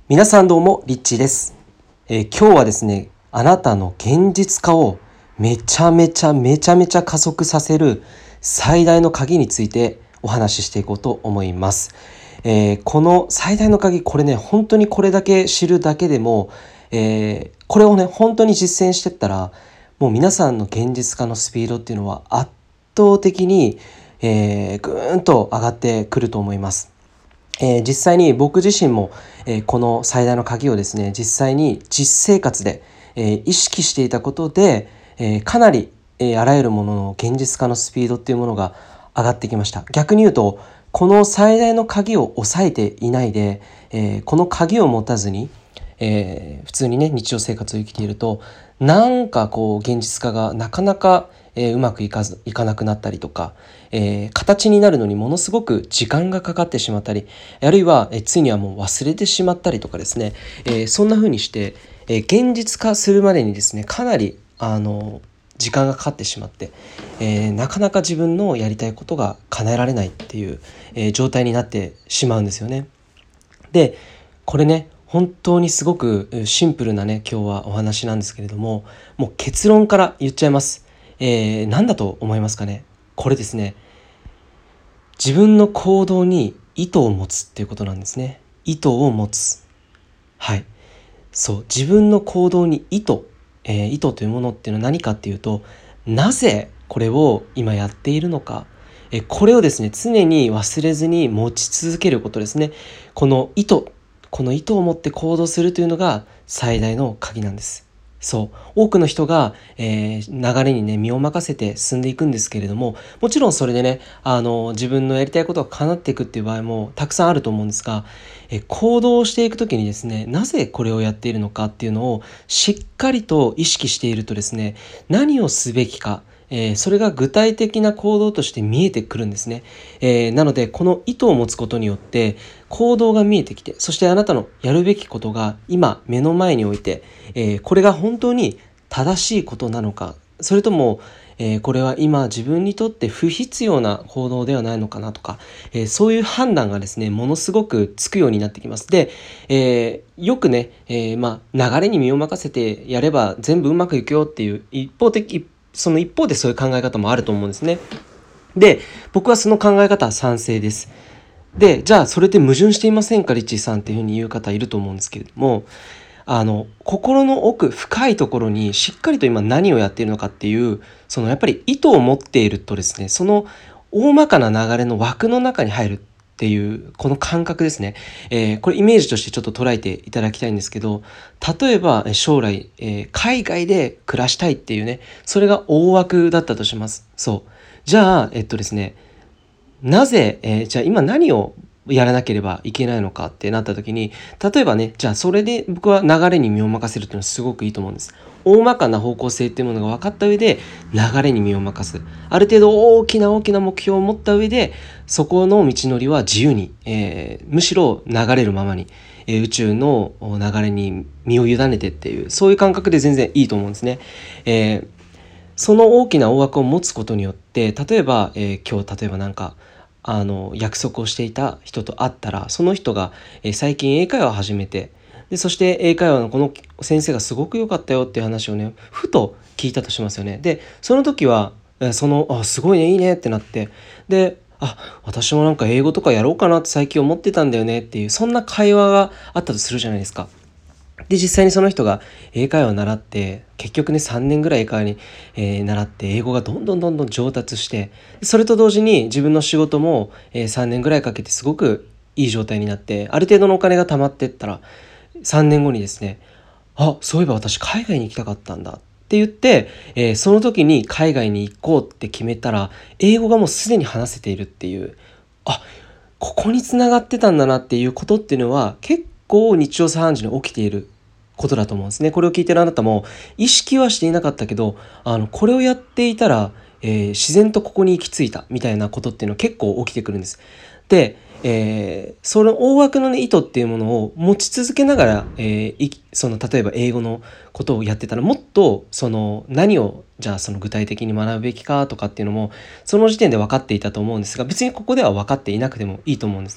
皆さんどうもリッチーです。今日はですね、あなたの現実化をめちゃめちゃ加速させる最大の鍵についてお話ししていこうと思います。この最大の鍵、これね、本当にこれだけ知るだけでも、これをね、本当に実践していったら、もう皆さんの現実化のスピードっていうのは圧倒的に、ぐーんと上がってくると思います。実際に僕自身も、この最大の鍵をですね、実際に実生活で、意識していたことで、かなり、あらゆるものの現実化のスピードっていうものが上がってきました。逆に言うと、この最大の鍵を押さえていないで、この鍵を持たずに、普通にね、日常生活を生きていると、なんかこう現実化がなかなか、うまくいかなくなったりとか、形になるのにものすごく時間がかかってしまったり、あるいは、ついにはもう忘れてしまったりとかですね、そんな風にして、現実化するまでにですね、かなり時間がかかってしまって、なかなか自分のやりたいことが叶えられないっていう、状態になってしまうんですよね。で、これね、本当にすごくシンプルなね、今日はお話なんですけれども、もう結論から言っちゃいます。何だと思いますかね。これですね、自分の行動に意図を持つっていうことなんですね。意図を持つ。はい。そう、自分の行動に意図というものっていうのは何かっていうと、なぜこれを今やっているのか、これをですね、常に忘れずに持ち続けることですね。この意図、この意図を持って行動するというのが最大の鍵なんです。そう、多くの人が、流れにね、身を任せて進んでいくんですけれども、もちろんそれでね、自分のやりたいことが叶っていくっていう場合もたくさんあると思うんですが、行動していくときにですね、なぜこれをやっているのかっていうのをしっかりと意識しているとですね、何をすべきか、それが具体的な行動として見えてくるんですね。なので、この意図を持つことによって行動が見えてきて、そしてあなたのやるべきことが今目の前において、これが本当に正しいことなのか、それとも、これは今自分にとって不必要な行動ではないのかなとか、そういう判断がですね、ものすごくつくようになってきます。で、よくね、流れに身を任せてやれば全部うまくいくよっていうその一方でそういう考え方もあると思うんですね。で、僕はその考え方は賛成です。で、じゃあそれって矛盾していませんか、リッチーさんっていうふうに言う方いると思うんですけれども、心の奥深いところにしっかりと今何をやっているのかっていう、そのやっぱり意図を持っているとですね、その大まかな流れの枠の中に入るっていうこの感覚ですね。これイメージとしてちょっと捉えていただきたいんですけど、例えば将来、海外で暮らしたいっていうね、それが大枠だったとします。そう。じゃあ、ですね、なぜ、じゃあ今何をやらなければいけないのかってなった時に、例えばね、じゃあそれで僕は流れに身を任せるっていうのはすごくいいと思うんです。大まかな方向性っていうものが分かった上で流れに身を任す。ある程度大きな目標を持った上で、そこの道のりは自由に、むしろ流れるままに、宇宙の流れに身を委ねてっていう、そういう感覚で全然いいと思うんですね。その大きな大枠を持つことによって、例えば、今日例えばなんか約束をしていた人と会ったら、その人が、最近英会話を始めて、でそして英会話のこの先生がすごく良かったよっていう話をね、ふと聞いたとしますよね。でその時はすごいね、いいねってなって、で私もなんか英語とかやろうかなって最近思ってたんだよねっていう、そんな会話があったとするじゃないですか。で実際にその人が英会話を習って、結局ね3年ぐらい英会話に、習って英語がどんどん上達して、それと同時に自分の仕事も、3年ぐらいかけてすごくいい状態になって、ある程度のお金が貯まってったら、3年後にですね、そういえば私海外に行きたかったんだって言って、その時に海外に行こうって決めたら、英語がもうすでに話せているっていう、ここに繋がってたんだなっていうことっていうのは結構日常茶飯事に起きていることだと思うんですね。これを聞いてるあなたも意識はしていなかったけど、これをやっていたら、自然とここに行き着いたみたいなことっていうのは結構起きてくるんです。で、その大枠の、ね、意図っていうものを持ち続けながら、例えば英語のことをやってたら、もっと何をじゃあその具体的に学ぶべきかとかっていうのもその時点で分かっていたと思うんですが、別にここでは分かっていなくてもいいと思うんですね。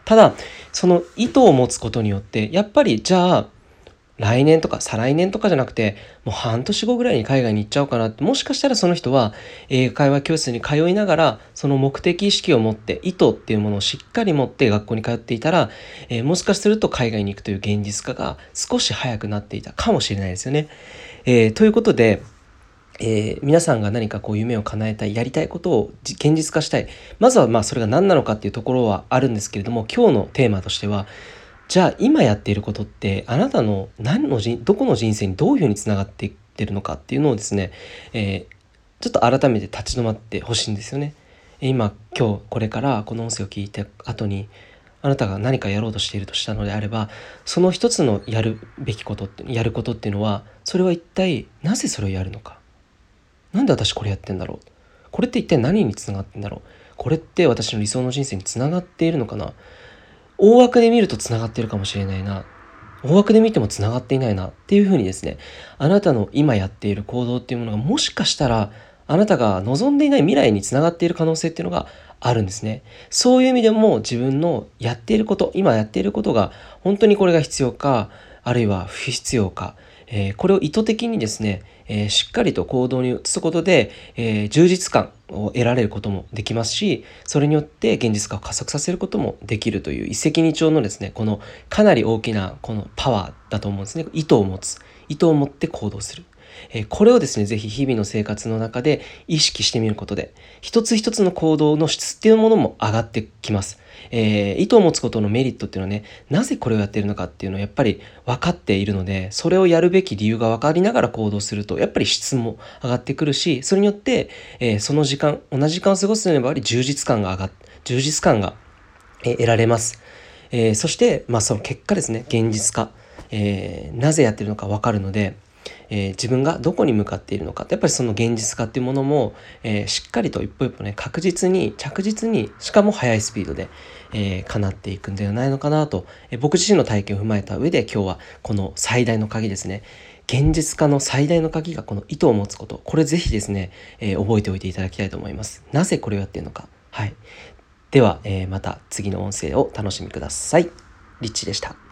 ただその意図を持つことによってやっぱりじゃあ来年とか再来年とかじゃなくてもう半年後ぐらいに海外に行っちゃおうかなって、もしかしたらその人は英会話教室に通いながらその目的意識を持って意図っていうものをしっかり持って学校に通っていたら、もしかすると海外に行くという現実化が少し早くなっていたかもしれないですよね。ということで皆さんが何かこう夢を叶えたい、やりたいことを現実化したい、まずはそれが何なのかっていうところはあるんですけれども、今日のテーマとしてはじゃあ今やっていることってあなたのどこの人生にどういうふうにつながっていってるのかっていうのをですね、ちょっと改めて立ち止まってほしいんですよね。今これからこの音声を聞いた後にあなたが何かやろうとしているとしたのであれば、その一つのやることっていうのは、それは一体なぜそれをやるのか、なんで私これやってんだろう、これって一体何につながってんだろう、これって私の理想の人生につながっているのかな、大枠で見るとつながっているかもしれないな、大枠で見てもつながっていないなっていうふうにですね、あなたの今やっている行動っていうものがもしかしたらあなたが望んでいない未来につながっている可能性っていうのがあるんですね。そういう意味でも自分のやっていること、今やっていることが本当にこれが必要か、あるいは不必要か、これを意図的にですね、しっかりと行動に移すことで、充実感を得られることもできますし、それによって現実化を加速させることもできるという一石二鳥のですね、このかなり大きなこのパワーだと思うんですね。意図を持って行動する。これをですね、ぜひ日々の生活の中で意識してみることで、一つ一つの行動の質っていうものも上がってきます。意図を持つことのメリットっていうのはね、なぜこれをやっているのかっていうのはやっぱり分かっているので、それをやるべき理由が分かりながら行動すると、やっぱり質も上がってくるし、それによって、その時間、同じ時間を過ごすのには充実感が得られます。そして、その結果ですね、現実化、なぜやってるのか分かるので、自分がどこに向かっているのか、やっぱりその現実化っていうものも、しっかりと一歩一歩ね、確実に着実に、しかも速いスピードで、叶っていくんではないのかなと、僕自身の体験を踏まえた上で今日はこの最大の鍵ですね、現実化の最大の鍵がこの意図を持つこと、これぜひですね、覚えておいていただきたいと思います。なぜこれをやっているのか。はい。では、また次の音声を楽しみください。リッチーでした。